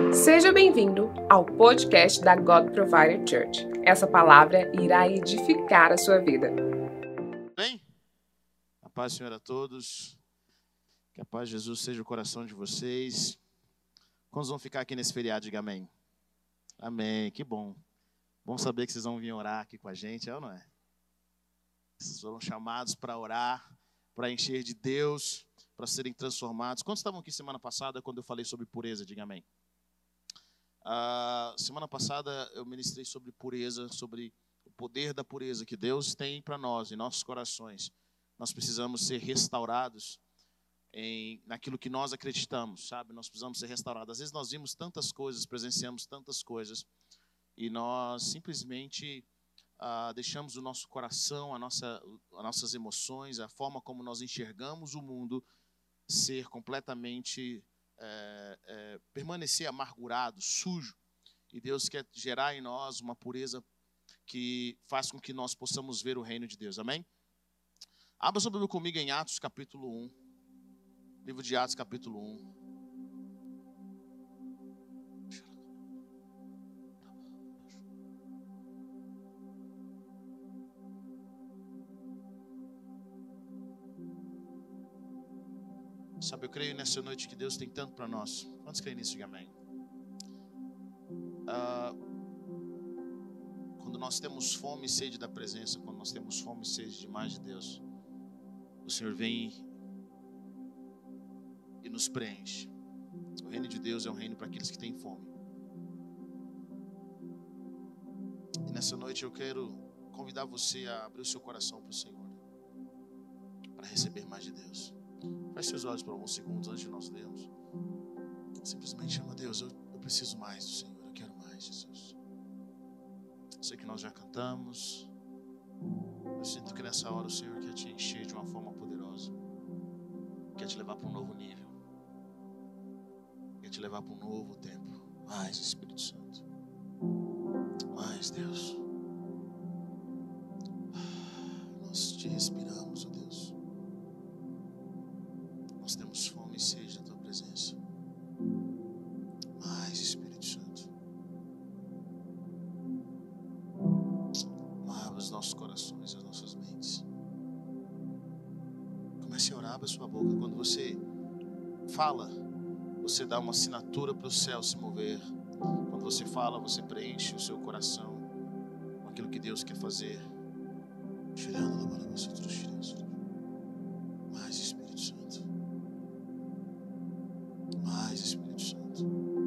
Seja bem-vindo ao podcast da God Provider Church. Essa palavra irá edificar a sua vida. Bem? A paz do Senhor a todos. Que a paz de Jesus seja o coração de vocês. Quantos vão ficar aqui nesse feriado? Diga amém. Amém, que bom. Bom saber que vocês vão vir orar aqui com a gente, é ou não é? Vocês foram chamados para orar, para encher de Deus, para serem transformados. Quantos estavam aqui semana passada quando eu falei sobre pureza? Diga amém. Semana passada eu ministrei sobre pureza, sobre o poder da pureza que Deus tem para nós, em nossos corações. Nós precisamos ser restaurados naquilo que nós acreditamos, sabe? Nós precisamos ser restaurados. Às vezes nós vimos tantas coisas, presenciamos tantas coisas, e nós simplesmente deixamos o nosso coração, as nossas emoções, a forma como nós enxergamos o mundo ser completamente... permanecer amargurado, sujo. E Deus quer gerar em nós uma pureza que faz com que nós possamos ver o reino de Deus. Amém? Abra sua Bíblia comigo em Atos capítulo 1. Livro de Atos capítulo 1. Sabe, eu creio nessa noite que Deus tem tanto para nós. Quantos creem nisso? Diga amém. Quando nós temos fome e sede da presença, quando nós temos fome e sede de mais de Deus, o Senhor vem e nos preenche. O reino de Deus é um reino para aqueles que têm fome. E nessa noite eu quero convidar você a abrir o seu coração para o Senhor, para receber mais de Deus. Feche seus olhos por alguns segundos antes de nós lermos. Simplesmente chama Deus, eu preciso mais do Senhor, eu quero mais, Jesus. Eu sei que nós já cantamos. Eu sinto que nessa hora o Senhor quer te encher de uma forma poderosa. Quer te levar para um novo nível. Quer te levar para um novo tempo. Mais Espírito Santo. Mais Deus. Nós te respiramos, ó Deus. Nós temos fome e sede da tua presença. Mais Espírito Santo. Abra os nossos corações, as nossas mentes. Comece a orar, abra sua boca. Quando você fala, você dá uma assinatura para o céu se mover. Quando você fala, você preenche o seu coração com aquilo que Deus quer fazer. Mais Espírito Santo. Mais Espírito Santo.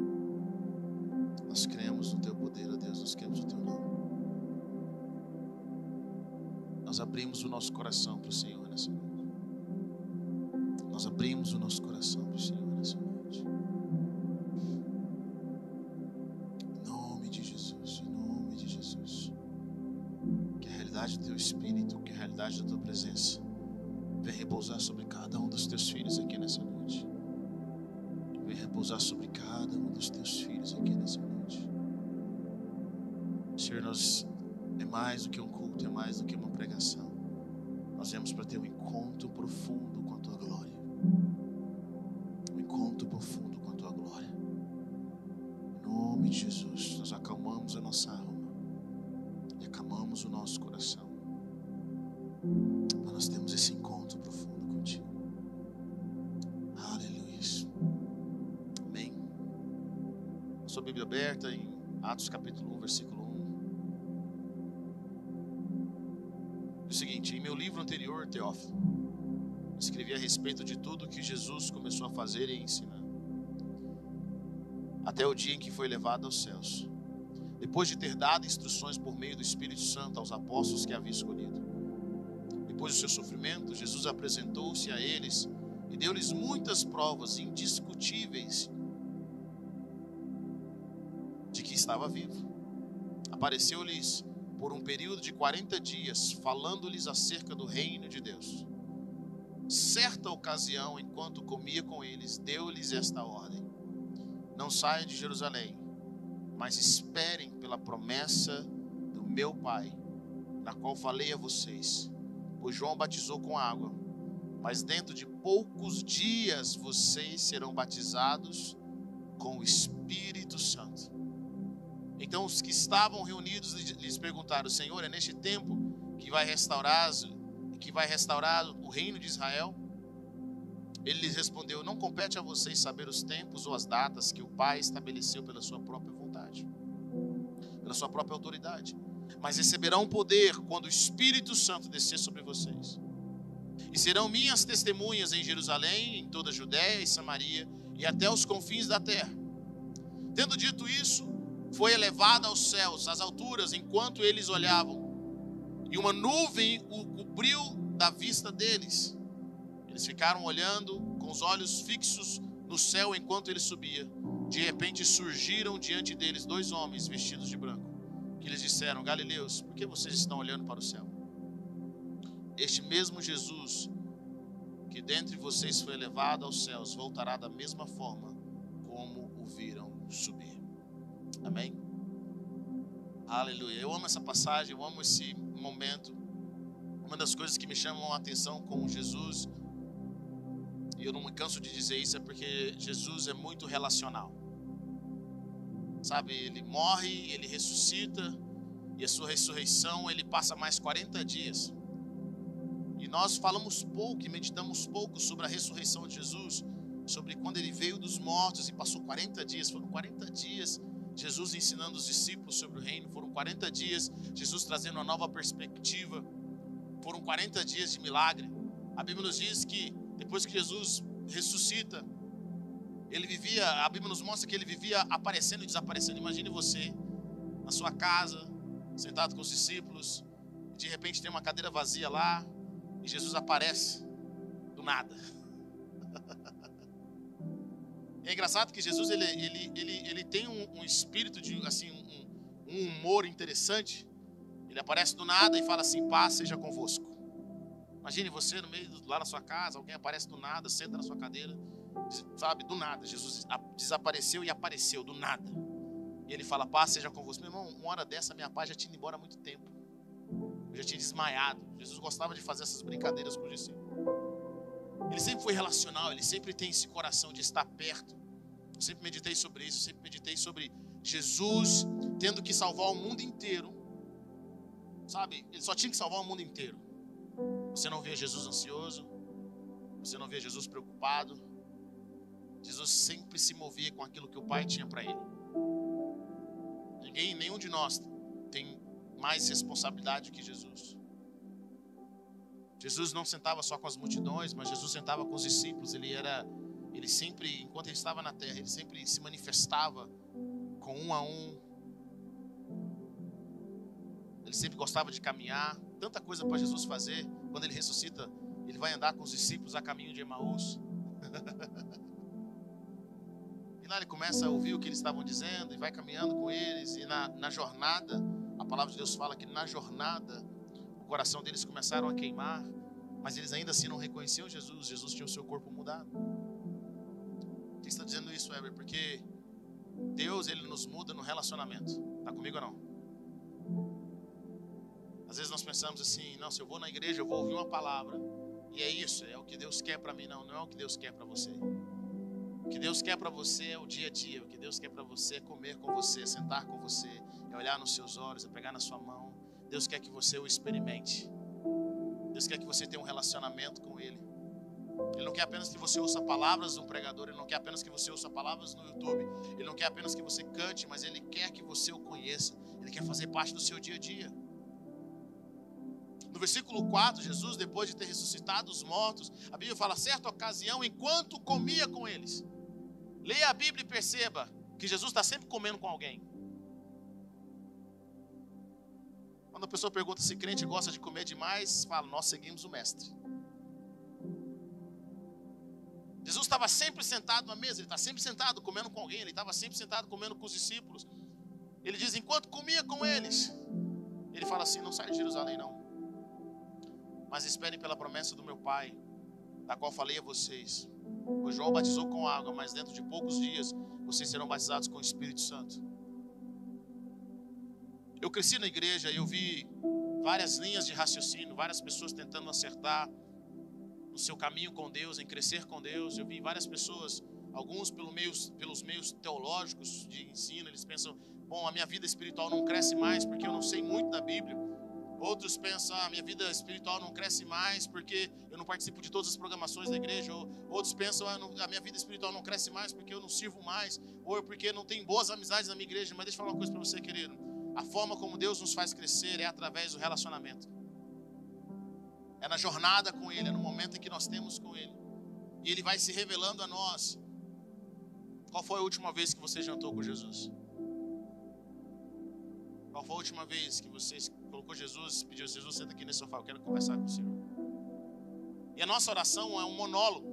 Nós cremos no teu poder, ó Deus, nós cremos no teu nome. Nós abrimos o nosso coração para o Senhor nessa noite. Nós abrimos o nosso coração para o Senhor nessa noite. Em nome de Jesus, em nome de Jesus. Que a realidade do teu Espírito, que a realidade da tua presença venha repousar sobre cada um dos teus filhos aqui nessa noite. Venha repousar sobre cada um dos teus filhos aqui nessa noite. Senhor, é mais do que um culto, é mais do que uma pregação. Nós viemos para ter um encontro profundo com a tua glória. Um encontro profundo com a tua glória. Em nome de Jesus, nós acalmamos a nossa alma e acalmamos o nosso coração. Para nós termos esse encontro profundo contigo. Aleluia. Amém. Sua Bíblia aberta em Atos capítulo 1, versículo 1. É o seguinte: em meu livro anterior, Teófilo, escrevi a respeito de tudo que Jesus começou a fazer e ensinar, até o dia em que foi levado aos céus, depois de ter dado instruções por meio do Espírito Santo aos apóstolos que havia escolhido. Depois do seu sofrimento, Jesus apresentou-se a eles e deu-lhes muitas provas indiscutíveis de que estava vivo. Apareceu-lhes por um período de 40 dias, falando-lhes acerca do reino de Deus. Certa ocasião, enquanto comia com eles, deu-lhes esta ordem: não saiam de Jerusalém, mas esperem pela promessa do meu Pai, na qual falei a vocês. Pois João batizou com água, mas dentro de poucos dias vocês serão batizados com o Espírito Santo. Então os que estavam reunidos lhes perguntaram: Senhor, é neste tempo que vai restaurar o reino de Israel? Ele lhes respondeu: não compete a vocês saber os tempos ou as datas que o Pai estabeleceu pela sua própria vontade, pela sua própria autoridade, mas receberão poder quando o Espírito Santo descer sobre vocês. E serão minhas testemunhas em Jerusalém, em toda a Judéia e Samaria e até os confins da terra. Tendo dito isso, foi elevado aos céus, às alturas, enquanto eles olhavam, e uma nuvem o cobriu da vista deles. Eles ficaram olhando com os olhos fixos no céu enquanto ele subia. De repente surgiram diante deles 2 homens vestidos de branco, que lhes disseram: Galileus, por que vocês estão olhando para o céu? Este mesmo Jesus, que dentre vocês foi elevado aos céus, voltará da mesma forma como o viram subir. Amém? Aleluia. Eu amo essa passagem, eu amo esse momento. Uma das coisas que me chamam a atenção com Jesus, e eu não me canso de dizer isso, é porque Jesus é muito relacional. Sabe, ele morre, ele ressuscita, e a sua ressurreição, ele passa mais 40 dias. E nós falamos pouco e meditamos pouco sobre a ressurreição de Jesus, sobre quando ele veio dos mortos e passou 40 dias. Foram 40 dias Jesus ensinando os discípulos sobre o reino. Foram 40 dias Jesus trazendo uma nova perspectiva. Foram 40 dias de milagre. A Bíblia nos diz que depois que Jesus ressuscita, a Bíblia nos mostra que ele vivia aparecendo e desaparecendo. Imagine você na sua casa, sentado com os discípulos, e de repente tem uma cadeira vazia lá, e Jesus aparece do nada. É engraçado que Jesus ele tem um espírito de assim, um humor interessante. Ele aparece do nada e fala assim: paz seja convosco. Imagine você no meio, lá na sua casa, alguém aparece do nada, senta na sua cadeira, sabe, do nada. Jesus desapareceu e apareceu do nada. E ele fala: paz seja convosco. Meu irmão, uma hora dessa minha paz já tinha ido embora há muito tempo. Eu já tinha desmaiado. Jesus gostava de fazer essas brincadeiras com os discípulos. Ele sempre foi relacional, ele sempre tem esse coração de estar perto. Eu sempre meditei sobre isso, sempre meditei sobre Jesus tendo que salvar o mundo inteiro. Sabe, ele só tinha que salvar o mundo inteiro. Você não via Jesus ansioso, você não via Jesus preocupado. Jesus sempre se movia com aquilo que o Pai tinha para ele. Nenhum de nós tem mais responsabilidade que Jesus. Jesus não sentava só com as multidões, mas Jesus sentava com os discípulos. Ele sempre, enquanto ele estava na terra, ele sempre se manifestava com um a um. Ele sempre gostava de caminhar. Tanta coisa para Jesus fazer. Quando ele ressuscita, ele vai andar com os discípulos a caminho de Emaús. E lá ele começa a ouvir o que eles estavam dizendo e vai caminhando com eles. E na jornada, a palavra de Deus fala que na jornada o coração deles começaram a queimar, mas eles ainda assim não reconheciam Jesus. Jesus tinha o seu corpo mudado. Por que está dizendo isso, Weber? Porque Deus, ele nos muda no relacionamento. Está comigo ou não? Às vezes nós pensamos assim: não, se eu vou na igreja eu vou ouvir uma palavra e é isso, é o que Deus quer para mim. Não é o que Deus quer para você. O que Deus quer para você é o dia a dia. O que Deus quer para você é comer com você, é sentar com você, é olhar nos seus olhos, é pegar na sua mão. Deus quer que você o experimente. Deus quer que você tenha um relacionamento com Ele. Ele não quer apenas que você ouça palavras de um pregador. Ele não quer apenas que você ouça palavras no YouTube. Ele não quer apenas que você cante, mas Ele quer que você o conheça. Ele quer fazer parte do seu dia a dia. No versículo 4, Jesus, depois de ter ressuscitado os mortos, a Bíblia fala: certa ocasião, enquanto comia com eles. Leia a Bíblia e perceba que Jesus está sempre comendo com alguém. Quando a pessoa pergunta se crente gosta de comer demais, fala: nós seguimos o mestre. Jesus estava sempre sentado na mesa, ele está sempre sentado comendo com alguém, ele estava sempre sentado comendo com os discípulos. Ele diz: enquanto comia com eles, ele fala assim: não sai de Jerusalém não, mas esperem pela promessa do meu Pai, da qual falei a vocês. Pois João batizou com água, mas dentro de poucos dias vocês serão batizados com o Espírito Santo. Eu cresci na igreja e eu vi várias linhas de raciocínio, várias pessoas tentando acertar no seu caminho com Deus, em crescer com Deus. Eu vi várias pessoas Alguns pelos meios teológicos de ensino, eles pensam, bom, a minha vida espiritual não cresce mais porque eu não sei muito da Bíblia. Outros pensam, a minha vida espiritual não cresce mais porque eu não participo de todas as programações da igreja. Ou outros pensam, a minha vida espiritual não cresce mais porque eu não sirvo mais. Ou porque eu não tenho boas amizades na minha igreja. Mas deixa eu falar uma coisa para você, querido. A forma como Deus nos faz crescer é através do relacionamento. É na jornada com Ele, é no momento em que nós temos com Ele. E Ele vai se revelando a nós. Qual foi a última vez que você jantou com Jesus? Qual foi a última vez que você colocou Jesus, pediu, Jesus, senta aqui nesse sofá, eu quero conversar com o Senhor. E a nossa oração é um monólogo.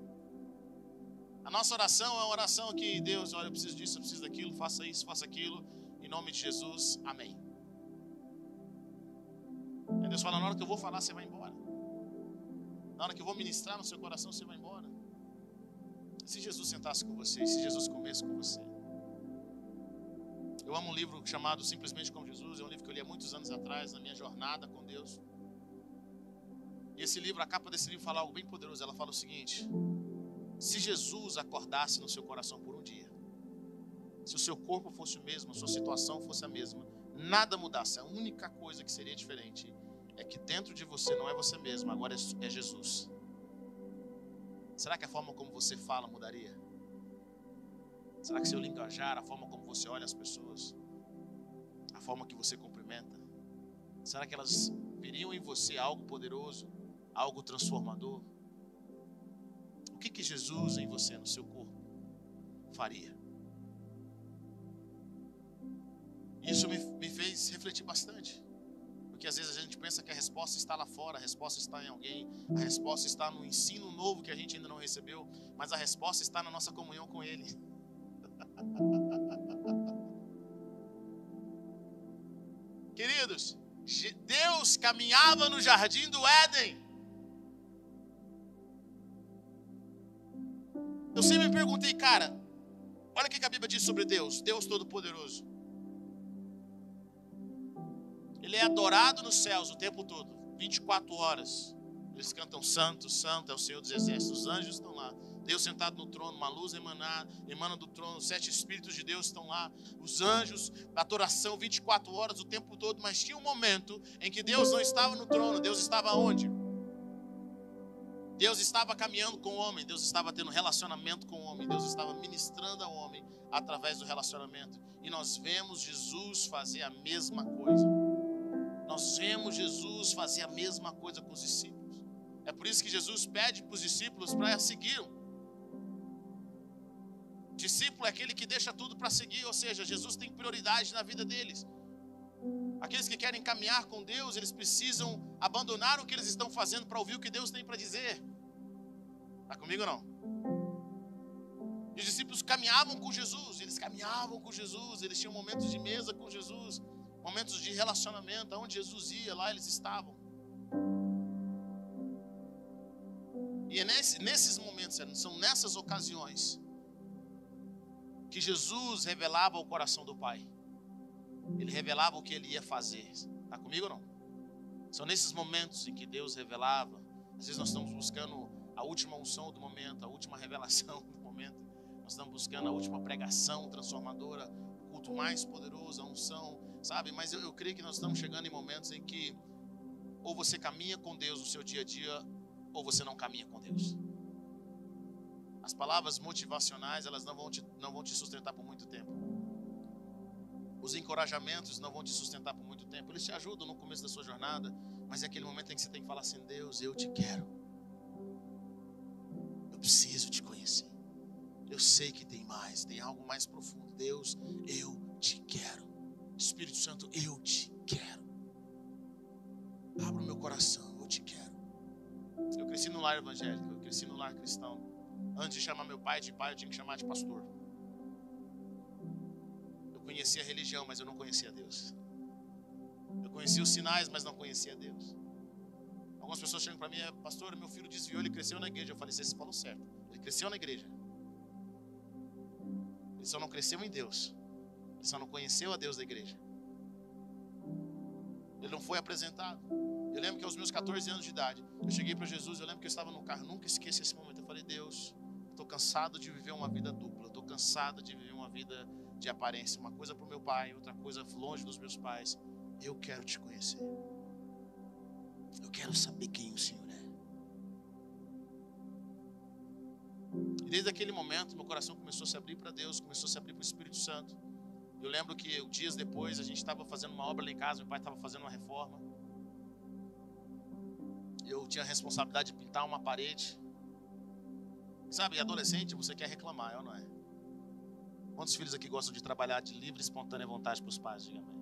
A nossa oração é uma oração que Deus, olha, eu preciso disso, eu preciso daquilo, faça isso, faça aquilo, em nome de Jesus, amém. E Deus fala, na hora que eu vou falar, você vai embora. Na hora que eu vou ministrar no seu coração, você vai embora. Se Jesus sentasse com você, se Jesus comesse com você. Eu amo um livro chamado Simplesmente Como Jesus. É um livro que eu li há muitos anos atrás, na minha jornada com Deus. E esse livro, a capa desse livro fala algo bem poderoso. Ela fala o seguinte: se Jesus acordasse no seu coração por um dia, se o seu corpo fosse o mesmo, a sua situação fosse a mesma, nada mudasse, a única coisa que seria diferente é que dentro de você não é você mesmo, agora é Jesus. Será que a forma como você fala mudaria? Será que seu linguajar, a forma como você olha as pessoas, a forma que você cumprimenta, será que elas veriam em você algo poderoso, algo transformador? O que Jesus em você, no seu corpo, faria? Isso me fez refletir bastante. Porque às vezes a gente pensa que a resposta está lá fora, a resposta está em alguém, a resposta está no ensino novo que a gente ainda não recebeu, mas a resposta está na nossa comunhão com Ele. Queridos, Deus caminhava no jardim do Éden. Eu sempre me perguntei, cara, olha o que a Bíblia diz sobre Deus, Deus Todo-Poderoso. Ele é adorado nos céus o tempo todo, 24 horas. Eles cantam santo, santo é o Senhor dos Exércitos. Os anjos estão lá. Deus sentado no trono, uma luz emana do trono. Os 7 Espíritos de Deus estão lá. Os anjos, a adoração 24 horas o tempo todo. Mas tinha um momento em que Deus não estava no trono. Deus estava onde? Deus estava caminhando com o homem. Deus estava tendo relacionamento com o homem. Deus estava ministrando ao homem através do relacionamento. E nós vemos Jesus fazer a mesma coisa. Nós vemos Jesus fazer a mesma coisa com os discípulos. É por isso que Jesus pede para os discípulos para seguir. Discípulo é aquele que deixa tudo para seguir, ou seja, Jesus tem prioridade na vida deles. Aqueles que querem caminhar com Deus, eles precisam abandonar o que eles estão fazendo para ouvir o que Deus tem para dizer. Está comigo ou não? E os discípulos caminhavam com Jesus, eles tinham momentos de mesa com Jesus, momentos de relacionamento, aonde Jesus ia, lá eles estavam. E é nesses momentos, são nessas ocasiões, que Jesus revelava o coração do Pai. Ele revelava o que Ele ia fazer. Está comigo ou não? São nesses momentos em que Deus revelava. Às vezes nós estamos buscando a última unção do momento, a última revelação do momento. Nós estamos buscando a última pregação transformadora, o culto mais poderoso, a unção, sabe? Mas eu creio que nós estamos chegando em momentos em que ou você caminha com Deus no seu dia a dia, ou você não caminha com Deus. As palavras motivacionais, elas não vão te sustentar por muito tempo. Os encorajamentos não vão te sustentar por muito tempo. Eles te ajudam no começo da sua jornada, mas é aquele momento em que você tem que falar assim: Deus, eu te quero. Eu preciso te conhecer. Eu sei que tem mais, tem algo mais profundo. Deus, eu te quero. Espírito Santo, eu te quero. Abra o meu coração, eu te quero. Eu cresci no lar evangélico, eu cresci no lar cristão. Antes de chamar meu pai de pai, eu tinha que chamar de pastor. Eu conhecia a religião, mas eu não conhecia Deus. Eu conhecia os sinais, mas não conhecia Deus. Algumas pessoas chegam para mim: pastor, meu filho desviou, ele cresceu na igreja. Eu falei: você falou certo, ele cresceu na igreja. Ele só não cresceu em Deus. Ele só não conheceu a Deus da igreja. Ele não foi apresentado. Eu lembro que aos meus 14 anos de idade, eu cheguei para Jesus, eu lembro que eu estava no carro, nunca esqueço esse momento. Eu falei: Deus, estou cansado de viver uma vida dupla. Eu estou cansado de viver uma vida de aparência. Uma coisa para o meu pai, outra coisa longe dos meus pais. Eu quero te conhecer. Eu quero saber quem o Senhor é. E desde aquele momento, meu coração começou a se abrir para Deus, começou a se abrir para o Espírito Santo. Eu lembro que dias depois, a gente estava fazendo uma obra lá em casa, meu pai estava fazendo uma reforma. Eu tinha a responsabilidade de pintar uma parede. Sabe, adolescente, você quer reclamar, ou não é? Quantos filhos aqui gostam de trabalhar de livre e espontânea vontade para os pais? Diga amém.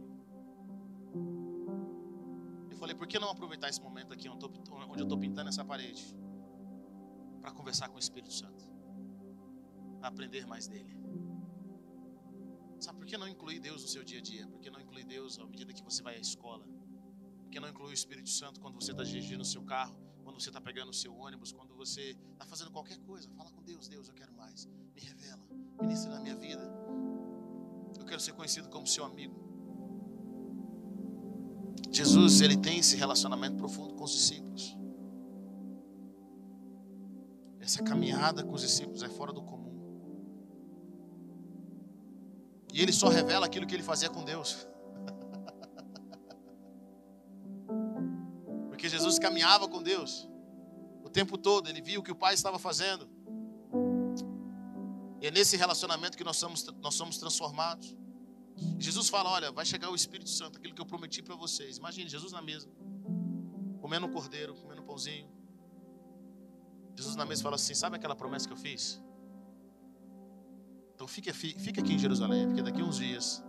Eu falei, por que não aproveitar esse momento aqui onde eu estou pintando essa parede para conversar com o Espírito Santo, para aprender mais dele? Sabe, por que não incluir Deus no seu dia a dia? Por que não incluir Deus à medida que você vai à escola? Por que não incluir o Espírito Santo quando você está dirigindo o seu carro, quando você está pegando o seu ônibus, quando você está fazendo qualquer coisa? Fala com Deus, Deus, eu quero mais. Me revela, ministra na minha vida. Eu quero ser conhecido como seu amigo. Jesus, ele tem esse relacionamento profundo com os discípulos. Essa caminhada com os discípulos é fora do comum. E ele só revela aquilo que ele fazia com Deus. Porque Jesus caminhava com Deus o tempo todo, ele via o que o Pai estava fazendo. E é nesse relacionamento que nós somos transformados. Jesus fala, olha, vai chegar o Espírito Santo, aquilo que eu prometi para vocês. Imagine Jesus na mesa, comendo um cordeiro, comendo um pãozinho. Jesus na mesa fala assim, sabe aquela promessa que eu fiz? Então fique aqui em Jerusalém, porque daqui a uns dias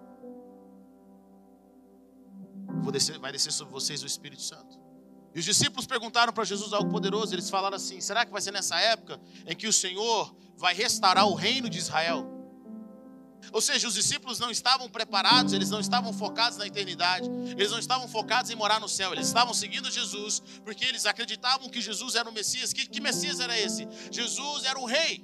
vai descer sobre vocês o Espírito Santo. E os discípulos perguntaram para Jesus algo poderoso. Eles falaram assim, será que vai ser nessa época em que o Senhor vai restaurar o reino de Israel? Ou seja, os discípulos não estavam preparados, eles não estavam focados na eternidade, eles não estavam focados em morar no céu, eles estavam seguindo Jesus, porque eles acreditavam que Jesus era o Messias. Que Messias era esse? Jesus era o rei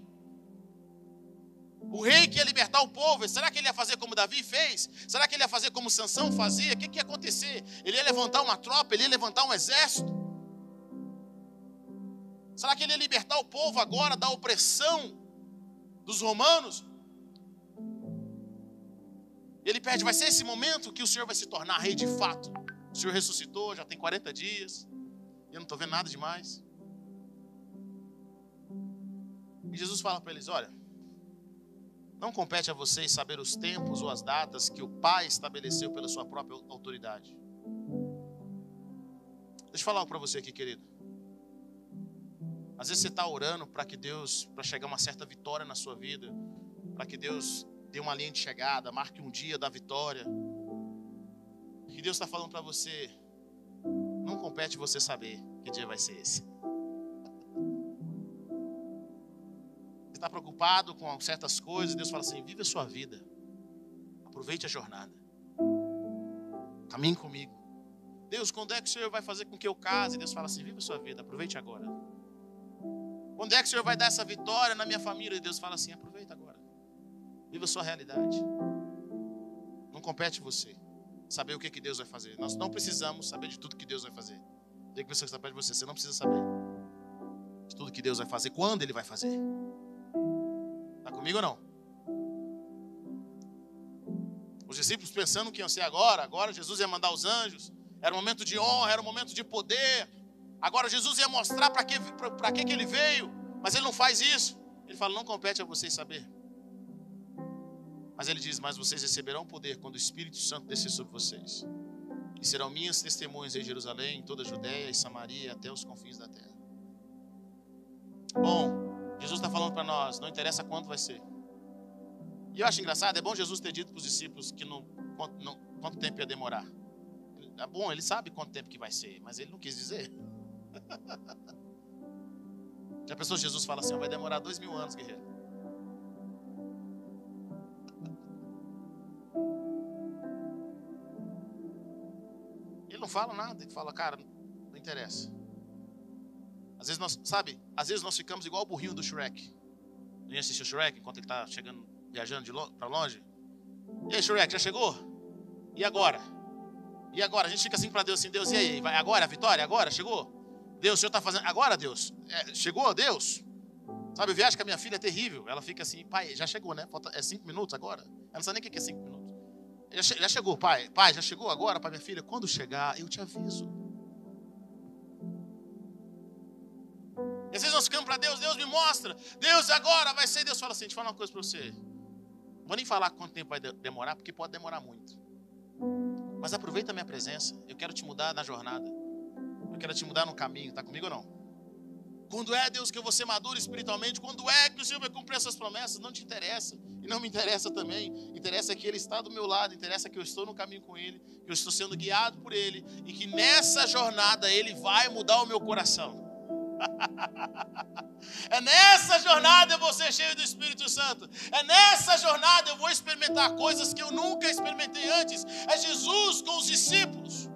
que ia libertar o povo. Será que ele ia fazer como Davi fez? Será que ele ia fazer como Sansão fazia? O que ia acontecer? Ele ia levantar uma tropa, ele ia levantar um exército? Será que ele ia libertar o povo agora da opressão dos romanos? Ele pede, vai ser esse momento que o Senhor vai se tornar rei de fato. O Senhor ressuscitou, já tem 40 dias. Eu não estou vendo nada demais. E Jesus fala para eles, olha, não compete a vocês saber os tempos ou as datas que o Pai estabeleceu pela sua própria autoridade. Deixa eu falar algo para você aqui, querido. Às vezes você está orando para chegar uma certa vitória na sua vida, para que Deus dê uma linha de chegada, marque um dia da vitória. E Deus está falando para você, não compete você saber que dia vai ser esse. Você está preocupado com certas coisas, Deus fala assim, vive a sua vida, aproveite a jornada, caminhe comigo. Deus, quando é que o Senhor vai fazer com que eu case? Deus fala assim, vive a sua vida, aproveite agora. Quando é que o Senhor vai dar essa vitória na minha família? Deus fala assim, aproveita agora. Viva a sua realidade. Não compete você saber o que Deus vai fazer. Nós não precisamos saber de tudo que Deus vai fazer. Tem que você está perto de você. Você não precisa saber de tudo que Deus vai fazer, quando Ele vai fazer. Está comigo ou não? Os discípulos pensando que iam ser agora Jesus ia mandar os anjos. Era um momento de honra, era um momento de poder. Agora Jesus ia mostrar para que Ele veio. Mas Ele não faz isso. Ele fala, não compete a vocês saber. Mas ele diz, mas vocês receberão poder quando o Espírito Santo descer sobre vocês. E serão minhas testemunhas em Jerusalém, em toda a Judéia e Samaria, até os confins da terra. Bom, Jesus está falando para nós, não interessa quando vai ser. E eu acho engraçado, é bom Jesus ter dito para os discípulos que quanto tempo ia demorar. É bom, ele sabe quanto tempo que vai ser, mas ele não quis dizer. Já pensou, Jesus fala assim, vai demorar 2000 anos, guerreiro. Ele não fala nada, ele fala, cara, não interessa. Às vezes nós ficamos igual o burrinho do Shrek. Ninguém assistiu o Shrek enquanto ele está viajando para longe? E aí, Shrek, já chegou? E agora? E agora? A gente fica assim para Deus, assim, Deus, e aí? Vai agora a vitória? Agora? Chegou? Deus, o Senhor está fazendo... Agora, Deus? Chegou, Deus? Sabe, eu viajo com a minha filha, é terrível. Ela fica assim, pai, já chegou, né? Falta, é 5 minutos agora? Ela não sabe nem o que é 5 minutos. Já chegou, pai. Pai, já chegou agora para minha filha? Quando chegar, eu te aviso. E às vezes nós ficamos para Deus, Deus me mostra. Deus agora vai ser. Deus fala assim, deixa eu falar uma coisa para você. Não vou nem falar quanto tempo vai demorar, porque pode demorar muito. Mas aproveita a minha presença. Eu quero te mudar na jornada. Eu quero te mudar no caminho. Está comigo ou não? Quando é, Deus, que eu vou ser maduro espiritualmente? Quando é que o Senhor vai cumprir essas promessas? Não te interessa. E não me interessa também. Interessa que Ele está do meu lado. Interessa que eu estou no caminho com Ele. Que eu estou sendo guiado por Ele. E que nessa jornada Ele vai mudar o meu coração. É nessa jornada eu vou ser cheio do Espírito Santo. É nessa jornada eu vou experimentar coisas que eu nunca experimentei antes. É Jesus com os discípulos.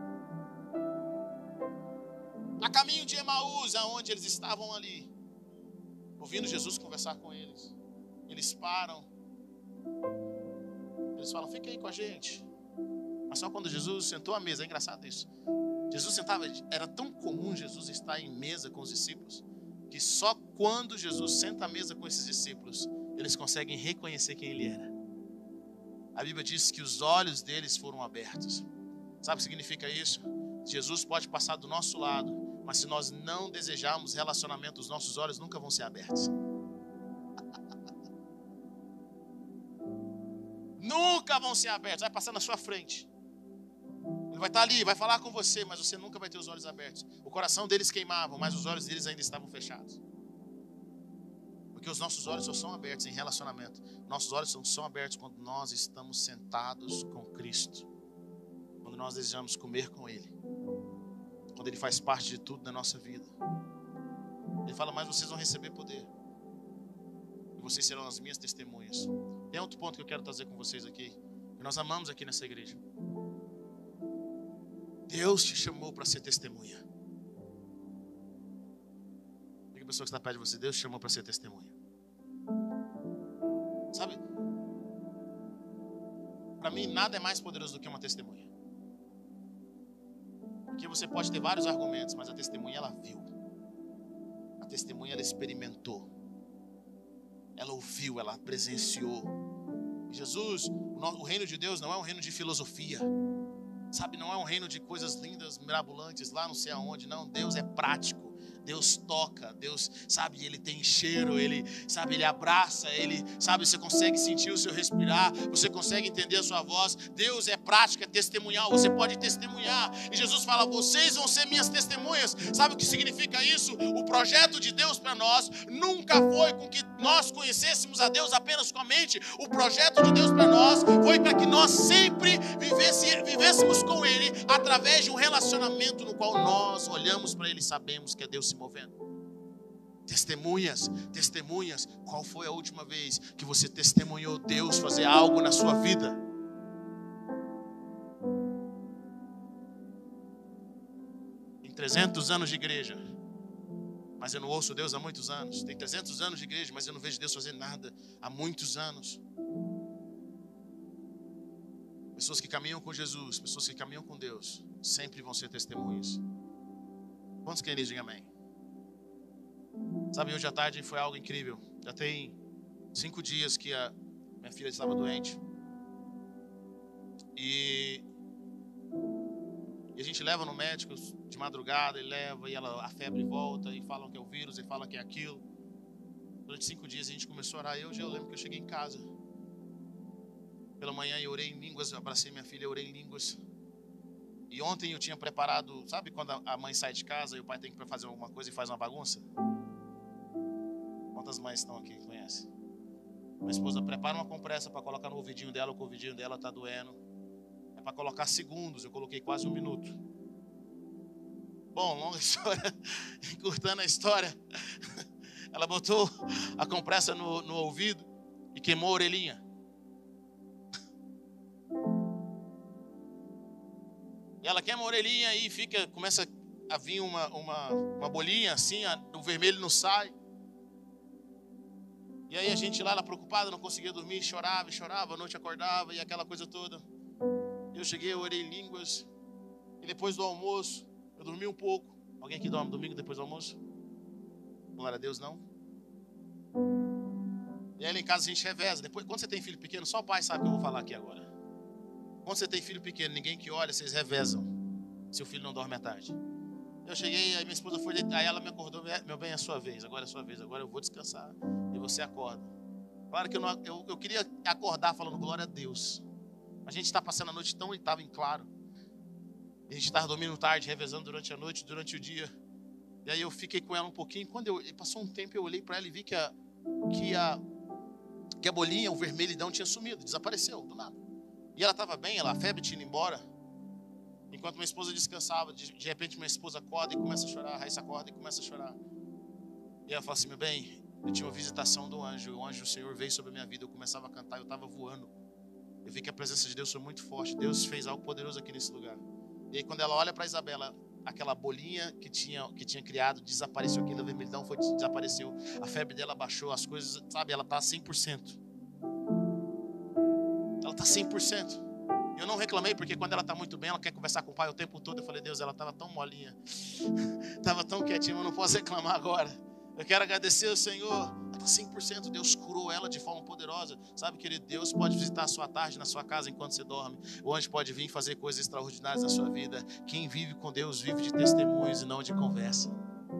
A caminho de Emaús, aonde eles estavam ali, ouvindo Jesus conversar com eles. Eles param. Eles falam, fica aí com a gente. Mas só quando Jesus sentou à mesa, é engraçado isso. Jesus sentava, era tão comum Jesus estar em mesa com os discípulos, que só quando Jesus senta à mesa com esses discípulos, eles conseguem reconhecer quem Ele era. A Bíblia diz que os olhos deles foram abertos. Sabe o que significa isso? Jesus pode passar do nosso lado, mas se nós não desejarmos relacionamento, os nossos olhos nunca vão ser abertos. Nunca vão ser abertos. Vai passar na sua frente. Ele vai estar ali, vai falar com você, mas você nunca vai ter os olhos abertos. O coração deles queimava, mas os olhos deles ainda estavam fechados. Porque os nossos olhos só são abertos em relacionamento. Nossos olhos só são abertos quando nós estamos sentados com Cristo. Quando nós desejamos comer com Ele. Quando Ele faz parte de tudo da nossa vida. Ele fala, mas vocês vão receber poder. E vocês serão as minhas testemunhas. Tem outro ponto que eu quero trazer com vocês aqui. Que nós amamos aqui nessa igreja. Deus te chamou para ser testemunha. Diga a pessoa que está perto de você, Deus te chamou para ser testemunha. Sabe? Para mim, nada é mais poderoso do que uma testemunha. Porque você pode ter vários argumentos, mas a testemunha ela viu. A testemunha ela experimentou. Ela ouviu, ela presenciou. Jesus, o reino de Deus não é um reino de filosofia. Sabe, não é um reino de coisas lindas, mirabolantes, lá não sei aonde. Não, Deus é prático. Deus toca, Deus, sabe, Ele tem cheiro, Ele, sabe, Ele abraça, Ele, sabe, você consegue sentir o seu respirar, você consegue entender a sua voz. Deus é prático, é testemunhal, você pode testemunhar. E Jesus fala, vocês vão ser minhas testemunhas. Sabe o que significa isso? O projeto de Deus para nós nunca foi com que nós conhecêssemos a Deus apenas com a mente. O projeto de Deus para nós foi para que nós sempre vivêssemos com Ele através de um relacionamento no qual nós olhamos para Ele e sabemos que é Deus se movendo. Testemunhas, testemunhas. Qual foi a última vez que você testemunhou Deus fazer algo na sua vida? Tem 300 anos de igreja, mas eu não ouço Deus há muitos anos. Tem 300 anos de igreja, mas eu não vejo Deus fazer nada há muitos anos. Pessoas que caminham com Jesus, pessoas que caminham com Deus, sempre vão ser testemunhas. Quantos querem dizer amém? Sabe, hoje à tarde foi algo incrível. Já tem 5 dias que a minha filha estava doente. E a gente leva no médico de madrugada, ele leva e a febre volta, e falam que é o vírus, e falam que é aquilo. Durante 5 dias a gente começou a orar. Eu lembro que eu cheguei em casa. Pela manhã eu orei em línguas, eu abracei minha filha, eu orei em línguas. E ontem eu tinha preparado, sabe quando a mãe sai de casa e o pai tem que fazer alguma coisa e faz uma bagunça? Quantas mães estão aqui que conhecem? Minha esposa prepara uma compressa para colocar no ouvidinho dela, o ouvidinho dela está doendo. É para colocar segundos, eu coloquei quase 1 minuto. Bom, longa história, encurtando a história. Ela botou a compressa no ouvido e queimou a orelhinha. E ela queima a orelhinha e começa a vir uma bolinha assim, o vermelho não sai. E aí a gente lá, ela preocupada, não conseguia dormir, chorava, a noite acordava e aquela coisa toda. Eu cheguei, eu orei em línguas. E depois do almoço, eu dormi um pouco. Alguém aqui dorme domingo depois do almoço? Glória a Deus, não? E aí lá em casa a gente reveza. Depois, quando você tem filho pequeno, só o pai sabe o que eu vou falar aqui agora. Quando você tem filho pequeno, ninguém que olha, vocês revezam. Se o filho não dorme à tarde. Eu cheguei, aí minha esposa foi, aí ela me acordou, meu bem, é a sua vez, agora é a sua vez, agora eu vou descansar. E você acorda. Claro que eu queria acordar falando glória a Deus. A gente está passando a noite tão, estava em claro. A gente estava dormindo tarde, revezando durante a noite, durante o dia. E aí eu fiquei com ela um pouquinho. Quando passou um tempo, eu olhei para ela e vi que a bolinha, o vermelhidão tinha sumido, desapareceu do nada. E ela estava bem, a febre tinha ido embora. Enquanto minha esposa descansava, de repente minha esposa acorda e começa a chorar. A Raíssa acorda e começa a chorar. E ela fala assim: meu bem, eu tinha uma visitação do anjo. O anjo do Senhor veio sobre a minha vida. Eu começava a cantar, eu estava voando. Eu vi que a presença de Deus foi muito forte. Deus fez algo poderoso aqui nesse lugar. E aí quando ela olha para Isabela, aquela bolinha que tinha criado desapareceu. Aquele vermelhidão desapareceu. A febre dela baixou, as coisas, sabe, ela está 100%. Ela está 100%. Eu não reclamei, porque quando ela está muito bem, ela quer conversar com o pai o tempo todo. Eu falei: Deus, ela estava tão molinha, estava tão quietinha, eu não posso reclamar agora. Eu quero agradecer ao Senhor. Ela está 100%, Deus curou ela de forma poderosa. Sabe, querido, Deus pode visitar a sua tarde na sua casa enquanto você dorme. O anjo pode vir fazer coisas extraordinárias na sua vida. Quem vive com Deus vive de testemunhos e não de conversa.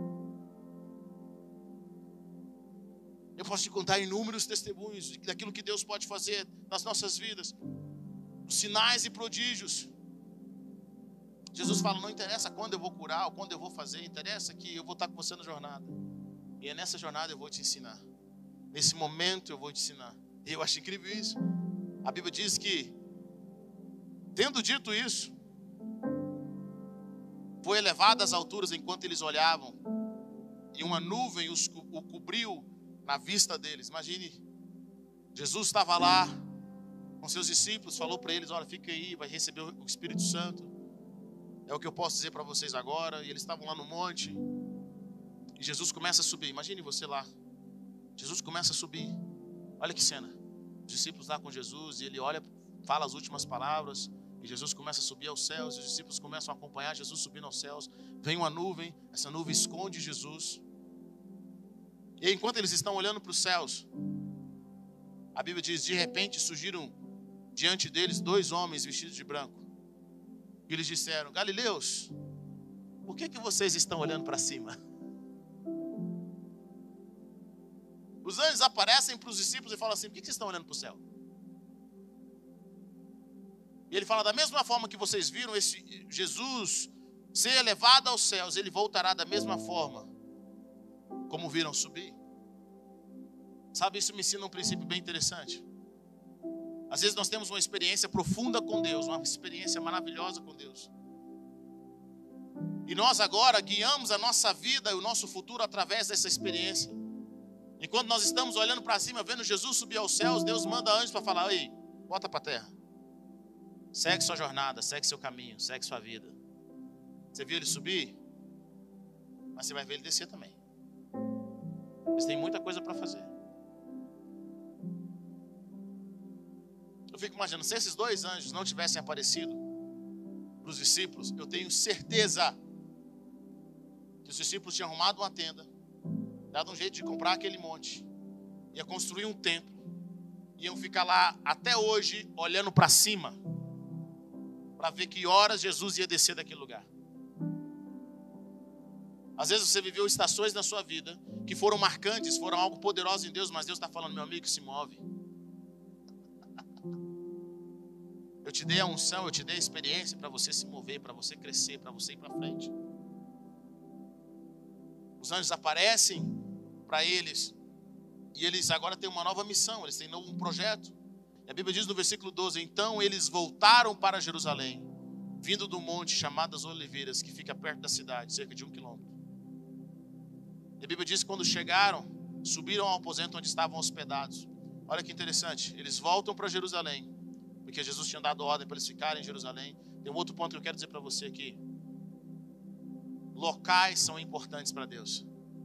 Eu posso te contar inúmeros testemunhos daquilo que Deus pode fazer nas nossas vidas. Sinais e prodígios. Jesus fala: não interessa quando eu vou curar ou quando eu vou fazer, interessa que eu vou estar com você na jornada. E é nessa jornada eu vou te ensinar. Nesse momento eu vou te ensinar. E eu acho incrível isso. A Bíblia diz que, tendo dito isso, foi elevado às alturas enquanto eles olhavam, e uma nuvem o cobriu na vista deles. Imagine, Jesus estava lá com seus discípulos, falou para eles: olha, fica aí, vai receber o Espírito Santo. É o que eu posso dizer para vocês agora. E eles estavam lá no monte, e Jesus começa a subir. Imagine você lá, Jesus começa a subir. Olha que cena, os discípulos lá com Jesus, e ele olha, fala as últimas palavras, e Jesus começa a subir aos céus, e os discípulos começam a acompanhar Jesus subindo aos céus. Vem uma nuvem, essa nuvem esconde Jesus. E aí, enquanto eles estão olhando para os céus, a Bíblia diz: de repente surgiram diante deles 2 homens vestidos de branco. E eles disseram: Galileus, por que vocês estão olhando para cima? Os anjos aparecem para os discípulos e falam assim: por que vocês estão olhando para o céu? E ele fala: da mesma forma que vocês viram esse Jesus ser elevado aos céus, ele voltará da mesma forma como viram subir. Sabe, isso me ensina um princípio bem interessante. Às vezes nós temos uma experiência profunda com Deus, uma experiência maravilhosa com Deus. E nós agora guiamos a nossa vida e o nosso futuro através dessa experiência. Enquanto nós estamos olhando para cima, vendo Jesus subir aos céus, Deus manda anjos para falar: ei, volta para a terra. Segue sua jornada, segue seu caminho, segue sua vida. Você viu ele subir? Mas você vai ver ele descer também. Eles têm muita coisa para fazer. Eu fico imaginando, se esses 2 anjos não tivessem aparecido para os discípulos, eu tenho certeza que os discípulos tinham arrumado uma tenda, dado um jeito de comprar aquele monte, ia construir um templo, iam ficar lá até hoje olhando para cima, para ver que horas Jesus ia descer daquele lugar. Às vezes você viveu estações na sua vida que foram marcantes, foram algo poderoso em Deus, mas Deus está falando: meu amigo, se move. Eu te dei a unção, eu te dei a experiência para você se mover, para você crescer, para você ir para frente. Os anjos aparecem para eles, e eles agora têm uma nova missão, eles têm um projeto. E a Bíblia diz no versículo 12: então eles voltaram para Jerusalém, vindo do monte chamado das Oliveiras, que fica perto da cidade, cerca de 1 quilômetro. E a Bíblia diz que quando chegaram, subiram ao aposento onde estavam hospedados. Olha que interessante, eles voltam para Jerusalém, porque Jesus tinha dado ordem para eles ficarem em Jerusalém. Tem um outro ponto que eu quero dizer para você aqui. Locais são importantes para Deus.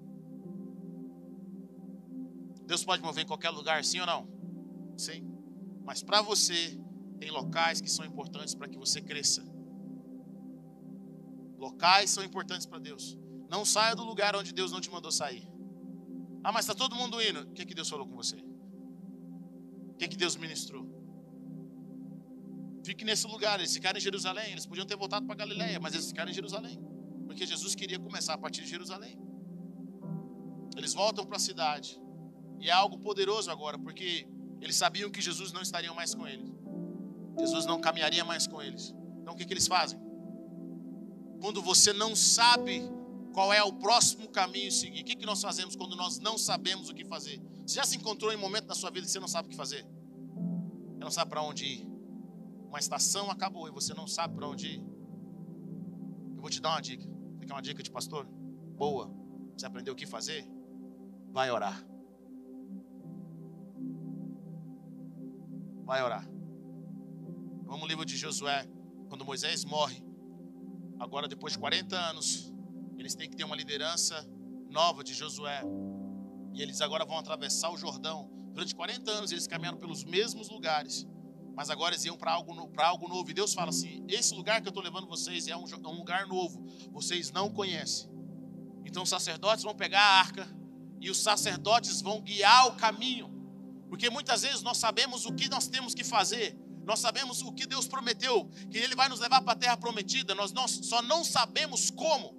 Deus pode mover em qualquer lugar, sim ou não? Sim. Mas para você, tem locais que são importantes para que você cresça. Locais são importantes para Deus. Não saia do lugar onde Deus não te mandou sair. Ah, mas está todo mundo indo. O que Deus falou com você? O que Deus ministrou? Fique nesse lugar. Eles ficaram em Jerusalém. Eles podiam ter voltado para Galileia, mas eles ficaram em Jerusalém. Porque Jesus queria começar a partir de Jerusalém. Eles voltam para a cidade. E é algo poderoso agora, porque eles sabiam que Jesus não estaria mais com eles. Jesus não caminharia mais com eles. Então o que eles fazem? Quando você não sabe qual é o próximo caminho a seguir, o que nós fazemos quando nós não sabemos o que fazer? Você já se encontrou em um momento na sua vida que você não sabe o que fazer? Você não sabe para onde ir. Uma estação acabou e você não sabe para onde ir. Eu vou te dar uma dica. Você quer uma dica de pastor? Boa. Você aprendeu o que fazer? Vai orar. Vai orar. Vamos no livro de Josué. Quando Moisés morre, agora depois de 40 anos, eles têm que ter uma liderança nova de Josué. E eles agora vão atravessar o Jordão. Durante 40 anos eles caminharam pelos mesmos lugares. Mas agora eles iam para algo novo. E Deus fala assim: esse lugar que eu estou levando vocês é um lugar novo. Vocês não conhecem. Então os sacerdotes vão pegar a arca. E os sacerdotes vão guiar o caminho. Porque muitas vezes nós sabemos o que nós temos que fazer. Nós sabemos o que Deus prometeu. Que Ele vai nos levar para a terra prometida. Nós só não sabemos como.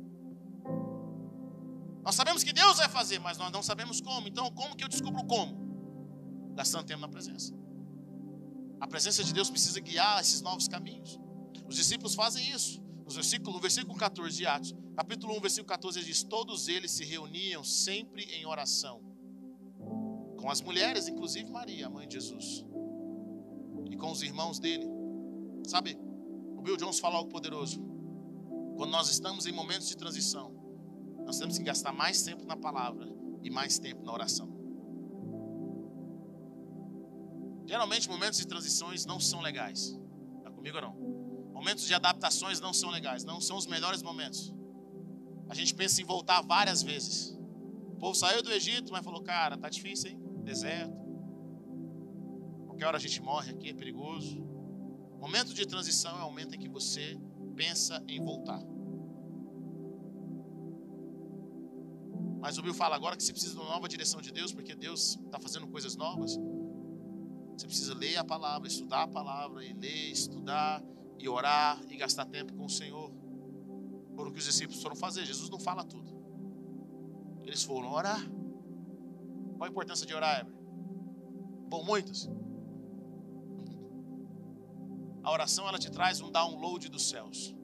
Nós sabemos que Deus vai fazer, mas nós não sabemos como. Então como que eu descubro como? Gastando tempo na presença. A presença de Deus precisa guiar esses novos caminhos. Os discípulos fazem isso. No versículo 14 de Atos, capítulo 1, versículo 14, ele diz: todos eles se reuniam sempre em oração. Com as mulheres, inclusive Maria, a mãe de Jesus. E com os irmãos dele. Sabe, o Bill Jones fala algo poderoso. Quando nós estamos em momentos de transição, nós temos que gastar mais tempo na palavra e mais tempo na oração. Geralmente momentos de transições não são legais. Está comigo ou não? Momentos de adaptações não são legais. Não são os melhores momentos. A gente pensa em voltar várias vezes. O povo saiu do Egito, mas falou: cara, tá difícil, hein? Deserto. Qualquer hora a gente morre aqui, é perigoso. Momento de transição é o momento em que você pensa em voltar. Mas o Bill fala agora que você precisa de uma nova direção de Deus, porque Deus está fazendo coisas novas. Você precisa ler a palavra, estudar a palavra, e ler, estudar, e orar, e gastar tempo com o Senhor. Foram o que os discípulos foram fazer. Jesus não fala tudo. Eles foram orar. Qual a importância de orar, Heber? Bom, muitas. A oração, ela te traz um download dos céus.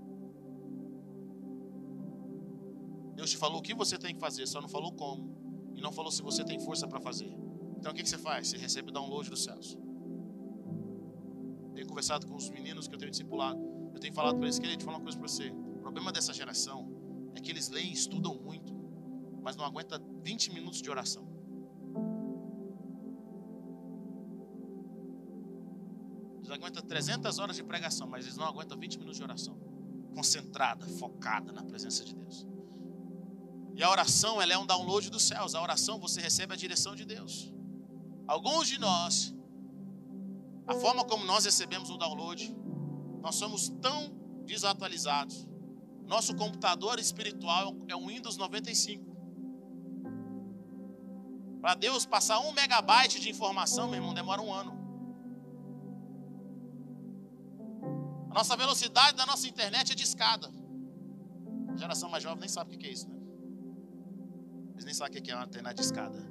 Deus te falou o que você tem que fazer, só não falou como. E não falou se você tem força para fazer. Então o que você faz? Você recebe o download dos céus. Tenho conversado com os meninos que eu tenho discipulado. Eu tenho falado para eles: queria te falar uma coisa para você. O problema dessa geração é que eles leem e estudam muito, mas não aguenta 20 minutos de oração. Eles aguentam 300 horas de pregação, mas eles não aguentam 20 minutos de oração. Concentrada, focada na presença de Deus. E a oração, ela é um download dos céus. A oração, você recebe a direção de Deus. Alguns de nós, a forma como nós recebemos o download, nós somos tão desatualizados. Nosso computador espiritual é um Windows 95. Para Deus passar 1 megabyte de informação, meu irmão, demora um ano. A nossa velocidade da nossa internet é de escada. A geração mais jovem nem sabe o que é isso, né? Eles nem sabem o que é uma antena de escada.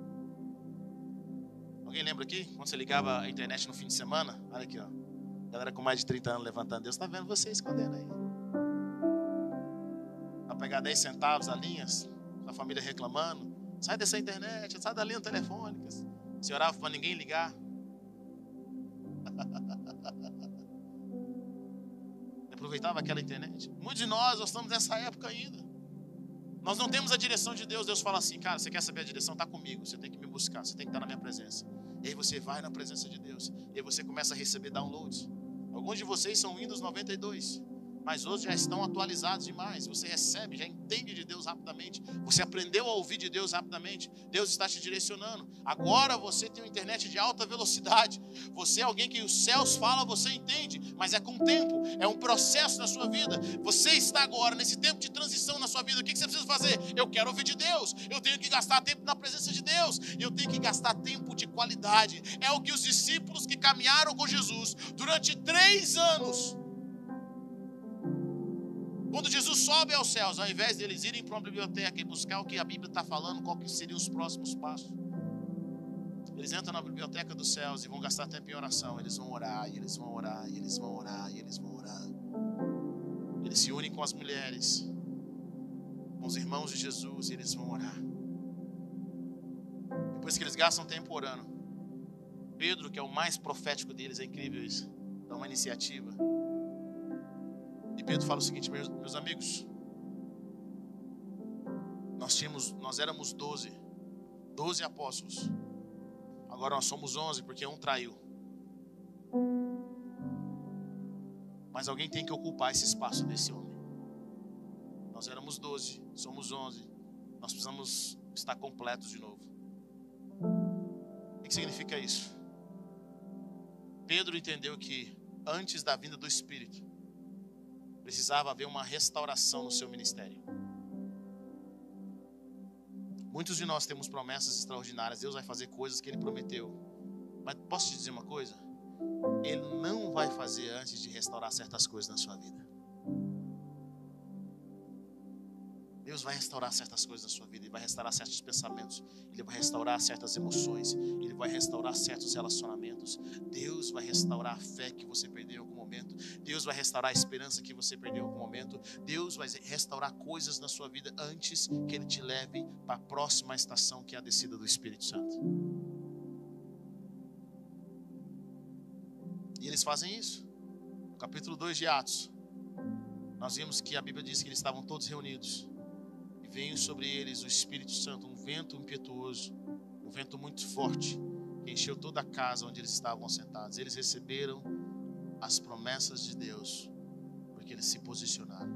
Alguém lembra aqui? Quando você ligava a internet no fim de semana? Olha aqui, ó. Galera com mais de 30 anos levantando. Deus está vendo você escondendo aí. Vai pegar 10 centavos a linha, a família reclamando. Sai dessa internet, sai da linha telefônica. Você orava para ninguém ligar. Aproveitava aquela internet. Muitos de nós estamos nessa época ainda. Nós não temos a direção de Deus. Deus fala assim: cara, você quer saber a direção? Está comigo. Você tem que me buscar, você tem que estar na minha presença. E aí você vai na presença de Deus. E aí você começa a receber downloads. Alguns de vocês são Windows 92. mas hoje já estão atualizados demais. Você recebe, já entende de Deus rapidamente. Você aprendeu a ouvir de Deus rapidamente. Deus está te direcionando. Agora você tem uma internet de alta velocidade. Você é alguém que os céus falam, você entende. Mas é com o tempo, é um processo na sua vida. Você está agora nesse tempo de transição na sua vida. O que você precisa fazer? Eu quero ouvir de Deus. Eu tenho que gastar tempo na presença de Deus. Eu tenho que gastar tempo de qualidade. É o que os discípulos que caminharam com Jesus durante 3 anos, quando Jesus sobe aos céus, ao invés deles irem para uma biblioteca e buscar o que a Bíblia está falando, qual que seriam os próximos passos, eles entram na biblioteca dos céus e vão gastar tempo em oração. Eles vão orar, e eles vão orar, e eles vão orar, e eles vão orar. Eles se unem com as mulheres, com os irmãos de Jesus, e eles vão orar. Depois que eles gastam tempo orando, Pedro, que é o mais profético deles, é incrível isso, dá uma iniciativa. E Pedro fala o seguinte: meus amigos, nós éramos 12 apóstolos. Agora nós somos 11, porque um traiu. Mas alguém tem que ocupar esse espaço desse homem. Nós éramos 12, somos 11. Nós precisamos estar completos de novo. O que significa isso? Pedro entendeu que antes da vinda do Espírito, precisava haver uma restauração no seu ministério. Muitos de nós temos promessas extraordinárias. Deus vai fazer coisas que Ele prometeu. Mas posso te dizer uma coisa? Ele não vai fazer antes de restaurar certas coisas na sua vida. Deus vai restaurar certas coisas na sua vida. Ele vai restaurar certos pensamentos. Ele vai restaurar certas emoções. Ele vai restaurar certos relacionamentos. Deus vai restaurar a fé que você perdeu em algum momento. Deus vai restaurar a esperança que você perdeu em algum momento. Deus vai restaurar coisas na sua vida antes que Ele te leve para a próxima estação, que é a descida do Espírito Santo. E eles fazem isso. No capítulo 2 de Atos, nós vimos que a Bíblia diz que eles estavam todos reunidos. E veio sobre eles o Espírito Santo, um vento impetuoso, um vento muito forte, que encheu toda a casa onde eles estavam sentados. Eles receberam as promessas de Deus, porque eles se posicionaram.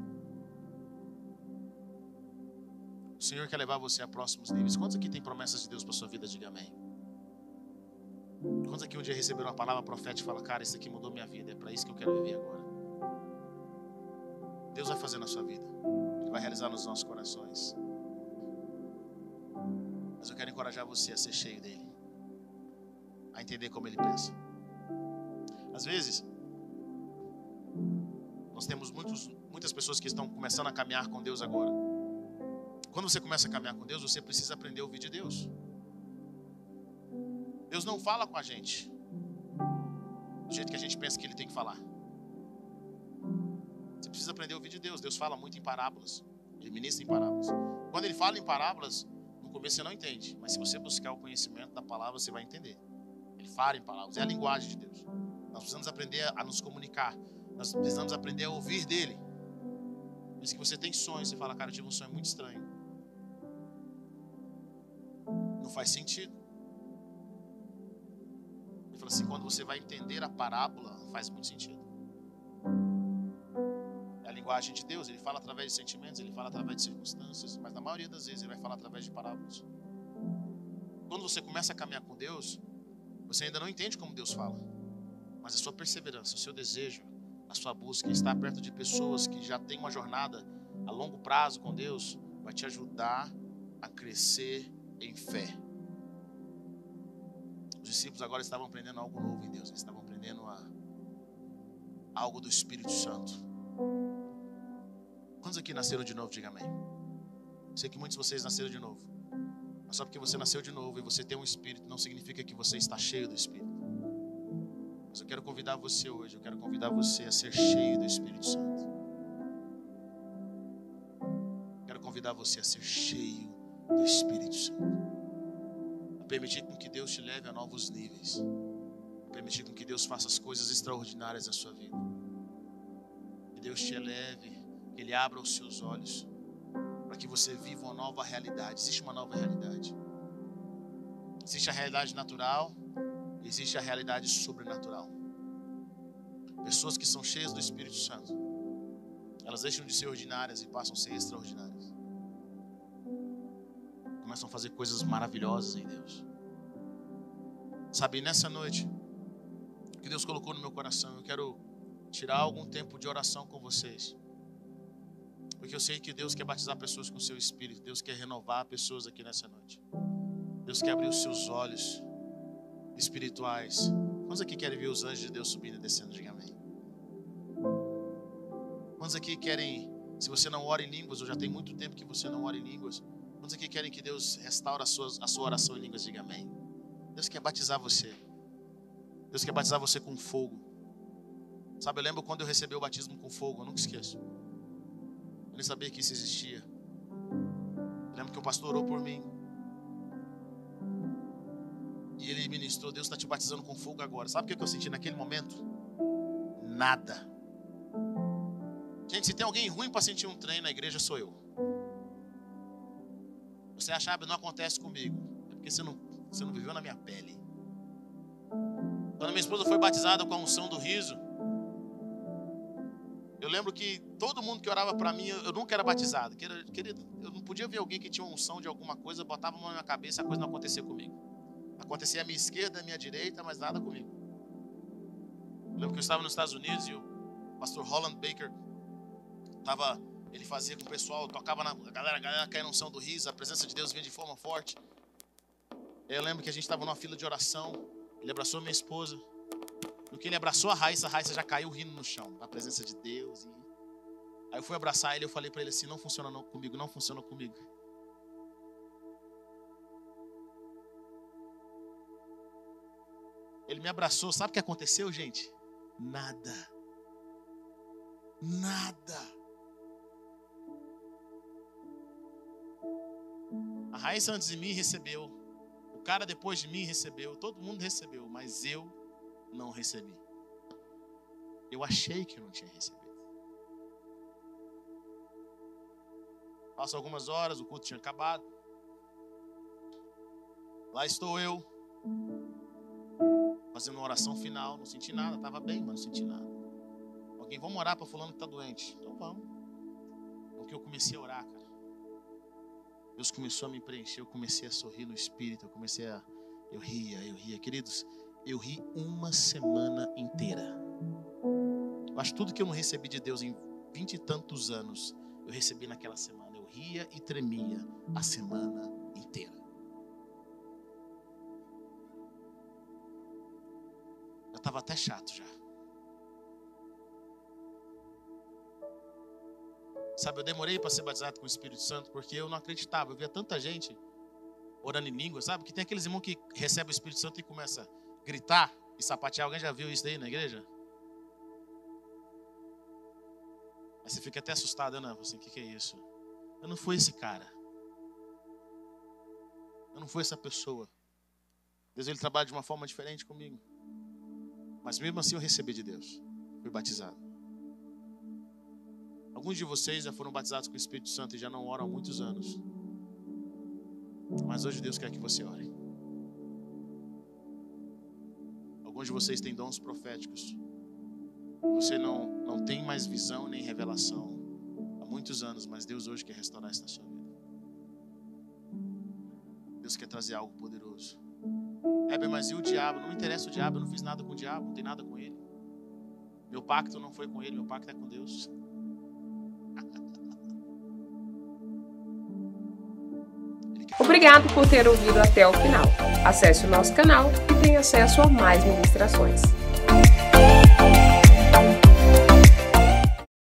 O Senhor quer levar você a próximos níveis. Quantos aqui tem promessas de Deus para a sua vida? Diga amém. Quantos aqui um dia receberam uma palavra profética e falam: cara, isso aqui mudou minha vida, é para isso que eu quero viver agora? Deus vai fazer na sua vida. Ele vai realizar nos nossos corações. Mas eu quero encorajar você a ser cheio dele, a entender como ele pensa. Às vezes nós temos muitas pessoas que estão começando a caminhar com Deus agora. Quando você começa a caminhar com Deus, você precisa aprender a ouvir de Deus. Deus não fala com a gente do jeito que a gente pensa que Ele tem que falar. Você precisa aprender a ouvir de Deus. Deus fala muito em parábolas. Ele ministra em parábolas. Quando Ele fala em parábolas, no começo você não entende. Mas se você buscar o conhecimento da palavra, você vai entender. Ele fala em parábolas. É a linguagem de Deus. Nós precisamos aprender a nos comunicar. Nós precisamos aprender a ouvir dEle. Por isso que você tem sonhos. Você fala: cara, eu tive um sonho muito estranho. Não faz sentido. Ele fala assim: quando você vai entender a parábola, faz muito sentido. É a linguagem de Deus. Ele fala através de sentimentos, Ele fala através de circunstâncias, mas na maioria das vezes Ele vai falar através de parábolas. Quando você começa a caminhar com Deus, você ainda não entende como Deus fala, mas a sua perseverança, o seu desejo, a sua busca, estar perto de pessoas que já têm uma jornada a longo prazo com Deus, vai te ajudar a crescer em fé. Os discípulos agora estavam aprendendo algo novo em Deus. Eles estavam aprendendo algo do Espírito Santo. Quantos aqui nasceram de novo? Diga amém. Sei que muitos de vocês nasceram de novo. Mas só porque você nasceu de novo e você tem um Espírito, não significa que você está cheio do Espírito. Mas eu quero convidar você hoje, eu quero convidar você a ser cheio do Espírito Santo. Quero convidar você a ser cheio do Espírito Santo. A permitir com que Deus te leve a novos níveis. A permitir com que Deus faça as coisas extraordinárias na sua vida. Que Deus te eleve, que Ele abra os seus olhos, para que você viva uma nova realidade. Existe uma nova realidade. Existe a realidade natural, existe a realidade sobrenatural. Pessoas que são cheias do Espírito Santo Elas deixam de ser ordinárias e passam a ser extraordinárias. Começam a fazer coisas maravilhosas em Deus. Sabe, nessa noite, que Deus colocou no meu coração, eu quero tirar algum tempo de oração com vocês. Porque eu sei que Deus quer batizar pessoas com o seu Espírito. Deus quer renovar pessoas aqui nessa noite. Deus quer abrir os seus olhos espirituais. Quantos aqui querem ver os anjos de Deus subindo e descendo? Diga amém. Quantos aqui querem, se você não ora em línguas, ou já tem muito tempo que você não ora em línguas, quantos aqui querem que Deus restaure a sua oração em línguas? Diga amém. Deus quer batizar você. Deus quer batizar você com fogo. Sabe, eu lembro quando eu recebi o batismo com fogo, eu nunca esqueço. Eu nem sabia que isso existia. Eu lembro que o pastor orou por mim. E ele ministrou, Deus está te batizando com fogo agora. Sabe o que eu senti naquele momento? Nada. Gente, se tem alguém ruim para sentir um trem na igreja, sou eu. Você acha que não acontece comigo? É porque você não viveu na minha pele. Quando minha esposa foi batizada com a unção do riso, eu lembro que todo mundo que orava para mim, eu nunca era batizado. Eu não podia ver alguém que tinha uma unção de alguma coisa, botava a mão na minha cabeça e a coisa não acontecia comigo. Acontecia à minha esquerda, à minha direita, mas nada comigo. Eu lembro que eu estava nos Estados Unidos e o pastor Holland Baker ele fazia com o pessoal, tocava na a galera caía na unção do riso, a presença de Deus vinha de forma forte. Eu lembro que a gente estava numa fila de oração, ele abraçou minha esposa. No que ele abraçou a Raíssa já caiu rindo no chão, na presença de Deus. Aí eu fui abraçar ele, eu falei para ele assim, não funciona comigo, não funciona comigo. Ele me abraçou, sabe o que aconteceu, gente? Nada. A Raíssa antes de mim recebeu, o cara depois de mim recebeu, todo mundo recebeu, mas eu não recebi. Eu achei que eu não tinha recebido. Passam algumas horas, o culto tinha acabado. Lá estou eu, fazendo uma oração final, não senti nada, estava bem, mas não senti nada. Alguém, vamos orar para fulano que está doente. Então vamos. Porque eu comecei a orar, cara. Deus começou a me preencher, eu comecei a sorrir no espírito, eu ria. Queridos, eu ri uma semana inteira. Eu acho tudo que eu não recebi de Deus em 20 e tantos anos, eu recebi naquela semana. Eu ria e tremia a semana inteira. Eu estava até chato já. Sabe, eu demorei para ser batizado com o Espírito Santo porque eu não acreditava. Eu via tanta gente orando em língua, sabe? Que tem aqueles irmãos que recebem o Espírito Santo e começa a gritar e sapatear. Alguém já viu isso daí na igreja? Aí você fica até assustado, né? Assim, o que é isso? Eu não fui esse cara. Eu não fui essa pessoa. Deus, ele trabalha de uma forma diferente comigo. Mas mesmo assim eu recebi de Deus. Fui batizado. Alguns de vocês já foram batizados com o Espírito Santo e já não oram há muitos anos. Mas hoje Deus quer que você ore. Alguns de vocês têm dons proféticos. Você não tem mais visão nem revelação há muitos anos, mas Deus hoje quer restaurar esta sua vida. Deus quer trazer algo poderoso. Mas e o diabo? Não me interessa o diabo, eu não fiz nada com o diabo, não tem nada com ele. Meu pacto não foi com ele, meu pacto é com Deus. Obrigado por ter ouvido até o final. Acesse o nosso canal e tenha acesso a mais ministrações.